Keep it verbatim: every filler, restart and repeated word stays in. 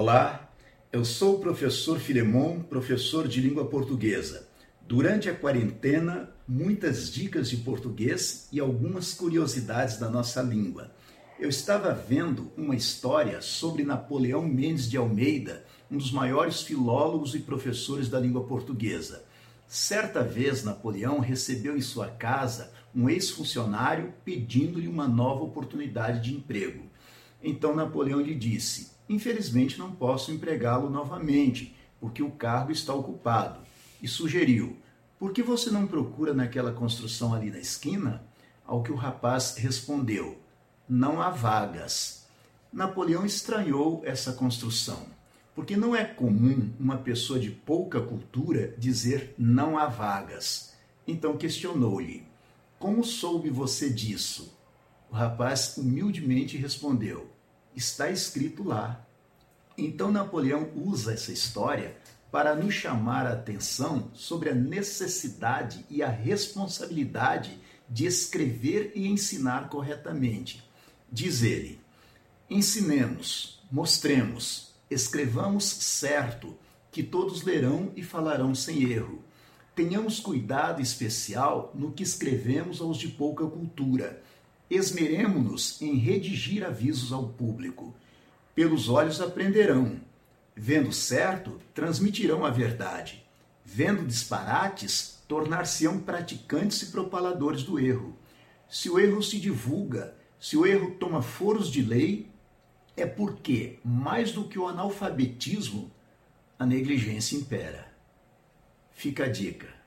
Olá, eu sou o professor Filemon, professor de língua portuguesa. Durante a quarentena, muitas dicas de português e algumas curiosidades da nossa língua. Eu estava vendo uma história sobre Napoleão Mendes de Almeida, um dos maiores filólogos e professores da língua portuguesa. Certa vez, Napoleão recebeu em sua casa um ex-funcionário pedindo-lhe uma nova oportunidade de emprego. Então Napoleão lhe disse: infelizmente não posso empregá-lo novamente, porque o cargo está ocupado. E sugeriu: por que você não procura naquela construção ali na esquina? Ao que o rapaz respondeu: não há vagas. Napoleão estranhou essa construção, porque não é comum uma pessoa de pouca cultura dizer não há vagas. Então questionou-lhe: como soube você disso? O rapaz humildemente respondeu: está escrito lá. Então Napoleão usa essa história para nos chamar a atenção sobre a necessidade e a responsabilidade de escrever e ensinar corretamente. Diz ele: ensinemos, mostremos, escrevamos certo, que todos lerão e falarão sem erro. Tenhamos cuidado especial no que escrevemos aos de pouca cultura. Esmeremo-nos em redigir avisos ao público. Pelos olhos aprenderão. Vendo certo, transmitirão a verdade. Vendo disparates, tornar-se-ão praticantes e propaladores do erro. Se o erro se divulga, se o erro toma foros de lei, é porque, mais do que o analfabetismo, a negligência impera. Fica a dica.